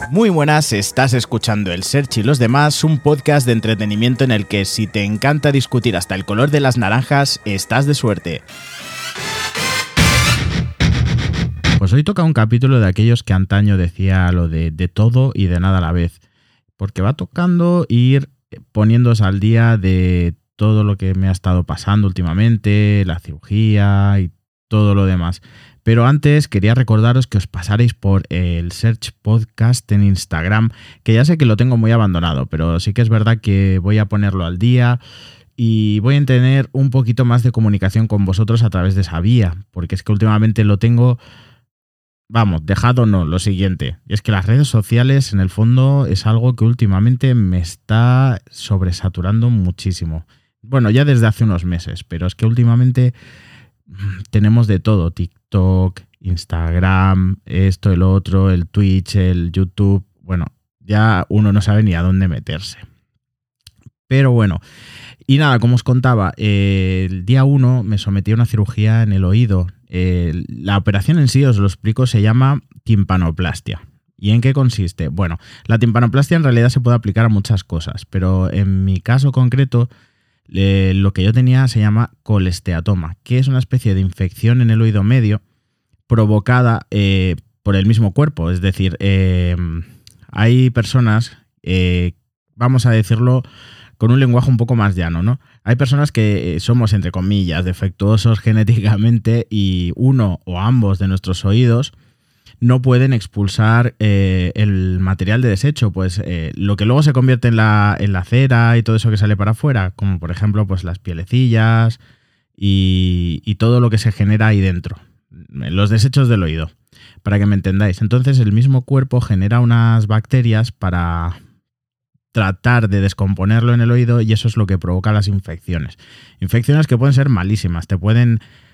Muy buenas, estás escuchando El Serch y los demás, un podcast de entretenimiento en el que si te encanta discutir hasta el color de las naranjas, estás de suerte. Pues hoy toca un capítulo de aquellos que antaño decía lo de todo y de nada a la vez, porque va tocando ir poniéndose al día de todo lo que me ha estado pasando últimamente, la cirugía y todo lo demás. Pero antes quería recordaros que os pasaréis por el Serch Podcast en Instagram, que ya sé que lo tengo muy abandonado, pero sí que es verdad que voy a ponerlo al día y voy a tener un poquito más de comunicación con vosotros a través de esa vía, porque es que últimamente lo tengo, dejado no, lo siguiente. Y es que las redes sociales en el fondo es algo que últimamente me está sobresaturando muchísimo. Bueno, ya desde hace unos meses, pero es que últimamente tenemos de todo, TikTok, Instagram, esto, el otro, el Twitch, el YouTube. Bueno, ya uno no sabe ni a dónde meterse. Pero bueno, y nada, como os contaba, el día 1 me sometí a una cirugía en el oído. La operación en sí, os lo explico, se llama timpanoplastia. ¿Y en qué consiste? Bueno, la timpanoplastia en realidad se puede aplicar a muchas cosas, pero en mi caso concreto, lo que yo tenía se llama colesteatoma, que es una especie de infección en el oído medio provocada por el mismo cuerpo. Es decir, hay personas, vamos a decirlo con un lenguaje un poco más llano, ¿no? Hay personas que somos, entre comillas, defectuosos genéticamente y uno o ambos de nuestros oídos no pueden expulsar el material de desecho, pues lo que luego se convierte en la cera y todo eso que sale para afuera, como por ejemplo pues las pielecillas y todo lo que se genera ahí dentro, los desechos del oído, para que me entendáis. Entonces el mismo cuerpo genera unas bacterias para tratar de descomponerlo en el oído y eso es lo que provoca las infecciones. Infecciones que pueden ser malísimas, te pueden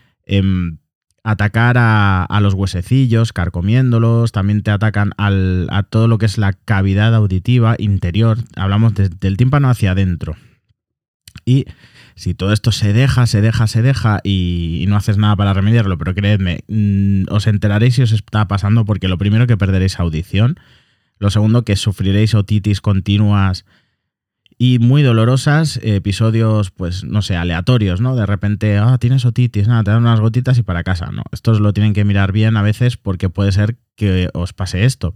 atacar a los huesecillos, carcomiéndolos, también te atacan a todo lo que es la cavidad auditiva interior, hablamos del tímpano hacia adentro. Y si todo esto se deja y no haces nada para remediarlo, pero creedme, os enteraréis si os está pasando, porque lo primero que perderéis audición, lo segundo que sufriréis otitis continuas y muy dolorosas, episodios, pues no sé, aleatorios, ¿no? De repente, tienes otitis, nada, te dan unas gotitas y para casa, ¿no? Esto os lo tienen que mirar bien a veces porque puede ser que os pase esto.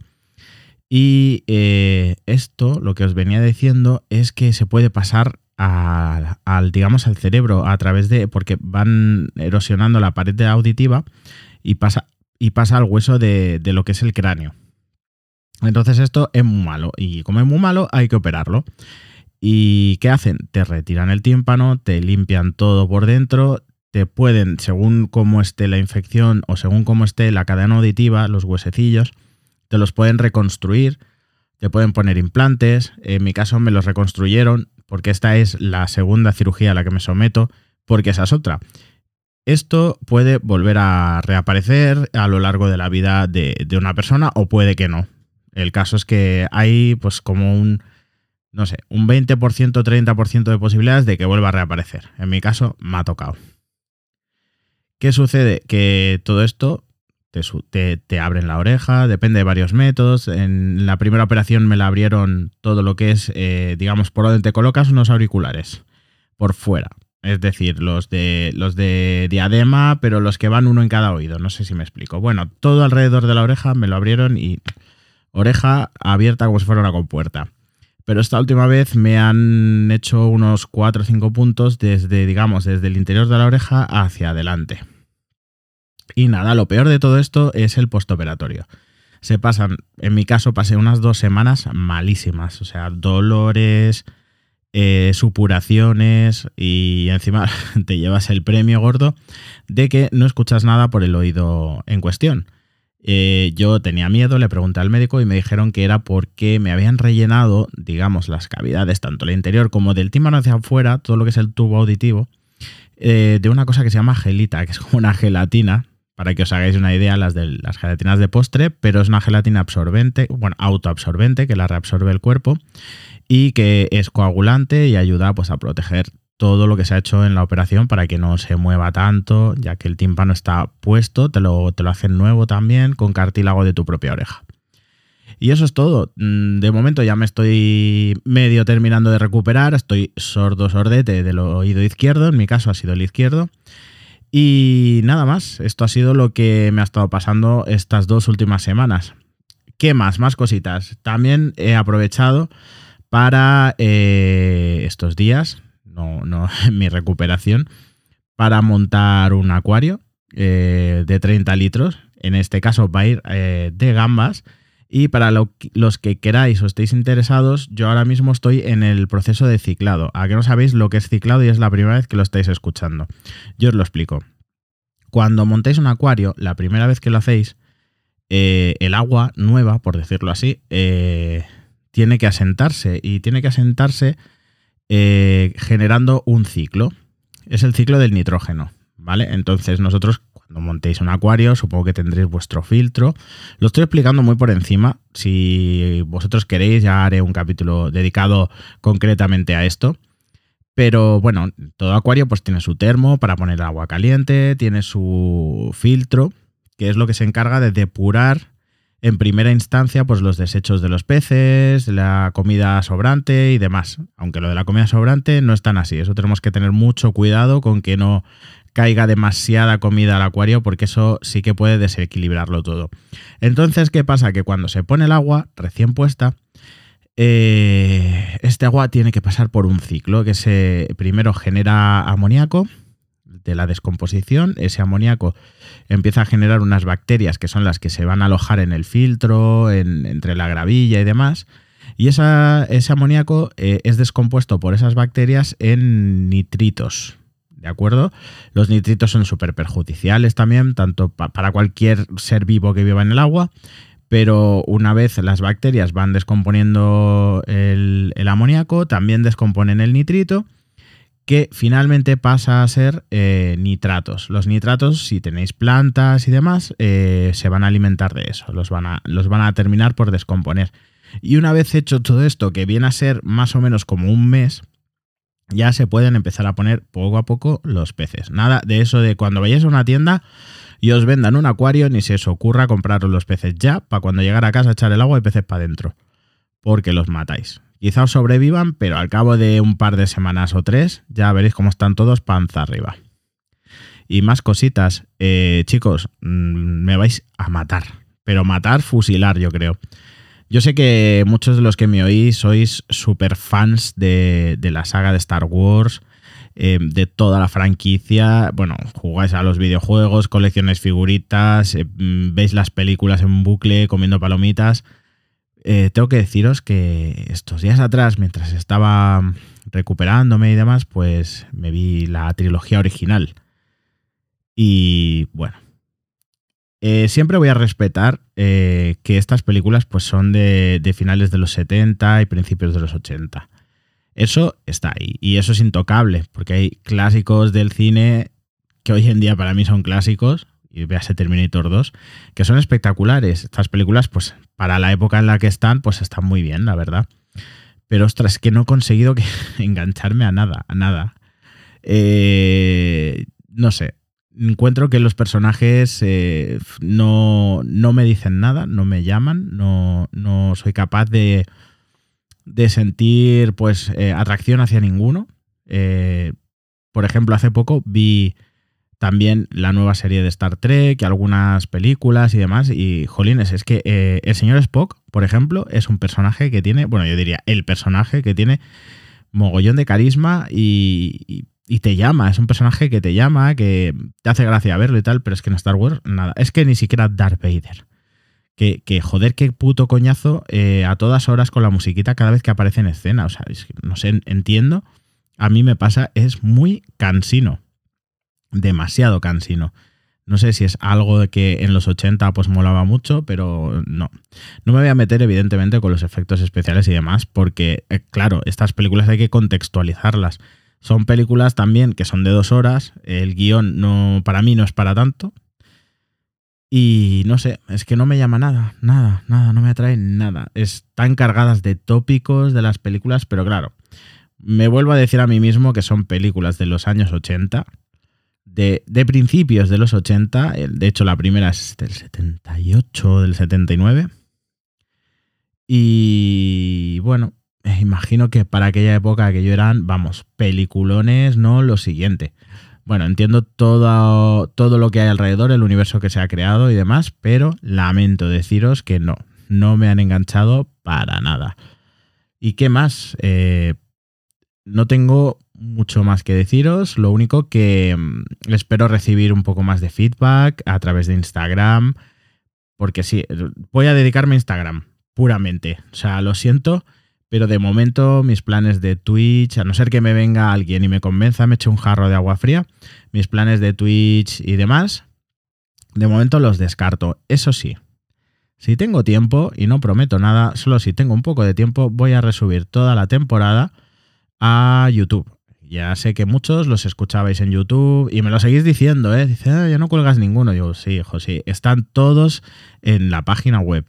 Y esto, lo que os venía diciendo, es que se puede pasar al cerebro a través de, porque van erosionando la pared auditiva y pasa al hueso de lo que es el cráneo. Entonces esto es muy malo y como es muy malo hay que operarlo. ¿Y qué hacen? Te retiran el tímpano, te limpian todo por dentro, te pueden, según cómo esté la infección o según cómo esté la cadena auditiva, los huesecillos, te los pueden reconstruir, te pueden poner implantes. En mi caso me los reconstruyeron porque esta es la segunda cirugía a la que me someto, porque esa es otra. Esto puede volver a reaparecer a lo largo de la vida de una persona o puede que no. El caso es que hay pues como un 20%, 30% de posibilidades de que vuelva a reaparecer. En mi caso me ha tocado. ¿Qué sucede? Que todo esto te abren la oreja, depende de varios métodos. En la primera operación me la abrieron todo lo que es, por donde te colocas unos auriculares, por fuera. Es decir, los de diadema, pero los que van uno en cada oído. No sé si me explico. Bueno, todo alrededor de la oreja me lo abrieron y oreja abierta como si fuera una compuerta. Pero esta última vez me han hecho unos 4 o 5 puntos desde el interior de la oreja hacia adelante. Y nada, lo peor de todo esto es el postoperatorio. En mi caso pasé unas 2 semanas malísimas, o sea, dolores, supuraciones y encima te llevas el premio gordo de que no escuchas nada por el oído en cuestión. Yo tenía miedo, le pregunté al médico y me dijeron que era porque me habían rellenado, las cavidades, tanto el interior como del tímpano hacia afuera, todo lo que es el tubo auditivo, de una cosa que se llama gelita, que es como una gelatina, para que os hagáis una idea, las gelatinas de postre, pero es una gelatina absorbente, autoabsorbente, que la reabsorbe el cuerpo y que es coagulante y ayuda pues a proteger todo lo que se ha hecho en la operación para que no se mueva tanto, ya que el tímpano está puesto, te lo hacen nuevo también con cartílago de tu propia oreja. Y eso es todo. De momento ya me estoy medio terminando de recuperar. Estoy sordete del oído izquierdo. En mi caso ha sido el izquierdo. Y nada más. Esto ha sido lo que me ha estado pasando estas 2 últimas semanas. ¿Qué más? Más cositas. También he aprovechado para estos días, no en mi recuperación, para montar un acuario de 30 litros. En este caso va a ir de gambas. Y para los que queráis o estéis interesados, yo ahora mismo estoy en el proceso de ciclado. ¿A que no sabéis lo que es ciclado y es la primera vez que lo estáis escuchando? Yo os lo explico. Cuando montáis un acuario, la primera vez que lo hacéis, el agua nueva, por decirlo así, tiene que asentarse. Y tiene que asentarse generando un ciclo. Es el ciclo del nitrógeno, ¿vale? Entonces nosotros, cuando montéis un acuario, supongo que tendréis vuestro filtro. Lo estoy explicando muy por encima. Si vosotros queréis, ya haré un capítulo dedicado concretamente a esto. Pero bueno, todo acuario pues tiene su termo para poner agua caliente, tiene su filtro, que es lo que se encarga de depurar en primera instancia pues los desechos de los peces, la comida sobrante y demás. Aunque lo de la comida sobrante no es tan así. Eso tenemos que tener mucho cuidado con que no caiga demasiada comida al acuario, porque eso sí que puede desequilibrarlo todo. Entonces, ¿qué pasa? Que cuando se pone el agua recién puesta, este agua tiene que pasar por un ciclo que primero genera amoníaco de la descomposición. Ese amoníaco empieza a generar unas bacterias que son las que se van a alojar en el filtro, entre la gravilla y demás. Y ese amoníaco es descompuesto por esas bacterias en nitritos. ¿De acuerdo? Los nitritos son súper perjudiciales también, tanto para cualquier ser vivo que viva en el agua, pero una vez las bacterias van descomponiendo el amoníaco, también descomponen el nitrito, que finalmente pasa a ser nitratos. Los nitratos, si tenéis plantas y demás, se van a alimentar de eso, los van a terminar por descomponer. Y una vez hecho todo esto, que viene a ser más o menos como un mes, ya se pueden empezar a poner poco a poco los peces. Nada de eso de cuando vayáis a una tienda y os vendan un acuario, ni se os ocurra compraros los peces ya, para cuando llegar a casa echar el agua y peces para adentro, porque los matáis. Quizá os sobrevivan, pero al cabo de un par de semanas o 3, ya veréis cómo están todos panza arriba. Y más cositas. Chicos, me vais a matar, pero matar, fusilar, yo creo. Yo sé que muchos de los que me oís sois súper fans de la saga de Star Wars, de toda la franquicia. Bueno, jugáis a los videojuegos, coleccionáis figuritas, veis las películas en bucle, comiendo palomitas. Tengo que deciros que estos días atrás, mientras estaba recuperándome y demás, pues me vi la trilogía original. Y bueno, siempre voy a respetar que estas películas pues son de finales de los 70 y principios de los 80. Eso está ahí y eso es intocable, porque hay clásicos del cine que hoy en día para mí son clásicos, y véase Terminator 2, que son espectaculares. Estas películas, pues para la época en la que están, pues están muy bien, la verdad. Pero ostras, es que no he conseguido engancharme a nada, no sé. Encuentro que los personajes no me dicen nada, no me llaman, no soy capaz de sentir pues atracción hacia ninguno. Por ejemplo, hace poco vi también la nueva serie de Star Trek y algunas películas y demás, y jolines, es que el señor Spock, por ejemplo, es un personaje que tiene, bueno, yo diría el personaje que tiene mogollón de carisma y te llama, es un personaje que te llama, que te hace gracia verlo y tal, pero es que en Star Wars nada, es que ni siquiera Darth Vader, que joder, qué puto coñazo a todas horas con la musiquita cada vez que aparece en escena, o sea, es que, no sé, entiendo, a mí me pasa, es muy cansino, demasiado cansino. No sé si es algo de que en los 80 pues molaba mucho, pero no me voy a meter evidentemente con los efectos especiales y demás, porque claro, estas películas hay que contextualizarlas. Son películas también que son de 2 horas, el guión para mí no es para tanto. Y no sé, es que no me llama nada, no me atrae nada. Están cargadas de tópicos de las películas, pero claro, me vuelvo a decir a mí mismo que son películas de los años 80, de principios de los 80, de hecho la primera es del 78 o del 79. Y bueno, imagino que para aquella época aquello eran, vamos, peliculones, no lo siguiente. Bueno, entiendo todo lo que hay alrededor, el universo que se ha creado y demás, pero lamento deciros que no me han enganchado para nada. ¿Y qué más? No tengo mucho más que deciros, lo único que espero recibir un poco más de feedback a través de Instagram, porque sí, voy a dedicarme a Instagram puramente. O sea, lo siento, pero de momento mis planes de Twitch, a no ser que me venga alguien y me convenza, me eche un jarro de agua fría, mis planes de Twitch y demás, de momento los descarto. Eso sí, si tengo tiempo, y no prometo nada, solo si tengo un poco de tiempo, voy a resubir toda la temporada a YouTube. Ya sé que muchos los escuchabais en YouTube y me lo seguís diciendo, ¿eh? Dice, ya no cuelgas ninguno. Yo, sí, hijo, sí. Están todos en la página web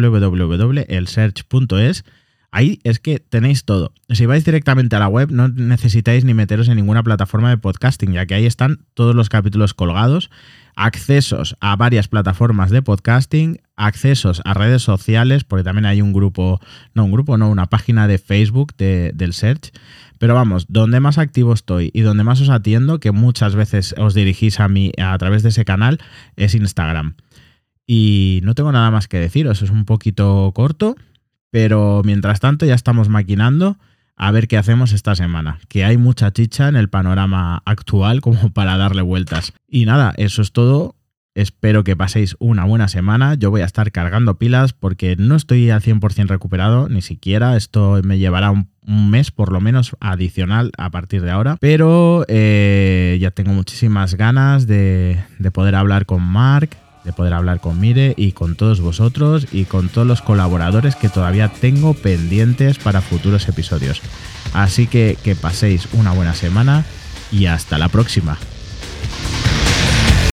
www.elsearch.es. Ahí es que tenéis todo. Si vais directamente a la web no necesitáis ni meteros en ninguna plataforma de podcasting, ya que ahí están todos los capítulos colgados, accesos a varias plataformas de podcasting, accesos a redes sociales, porque también hay una página de Facebook del Search. Pero vamos, donde más activo estoy y donde más os atiendo, que muchas veces os dirigís a mí a través de ese canal, es Instagram. Y no tengo nada más que deciros, es un poquito corto, pero mientras tanto ya estamos maquinando a ver qué hacemos esta semana, que hay mucha chicha en el panorama actual como para darle vueltas. Y nada, eso es todo. Espero que paséis una buena semana. Yo voy a estar cargando pilas porque no estoy al 100% recuperado, ni siquiera. Esto me llevará un mes por lo menos adicional a partir de ahora. Pero ya tengo muchísimas ganas de poder hablar con Marc, de poder hablar con Mire y con todos vosotros y con todos los colaboradores que todavía tengo pendientes para futuros episodios. Así que paséis una buena semana y hasta la próxima.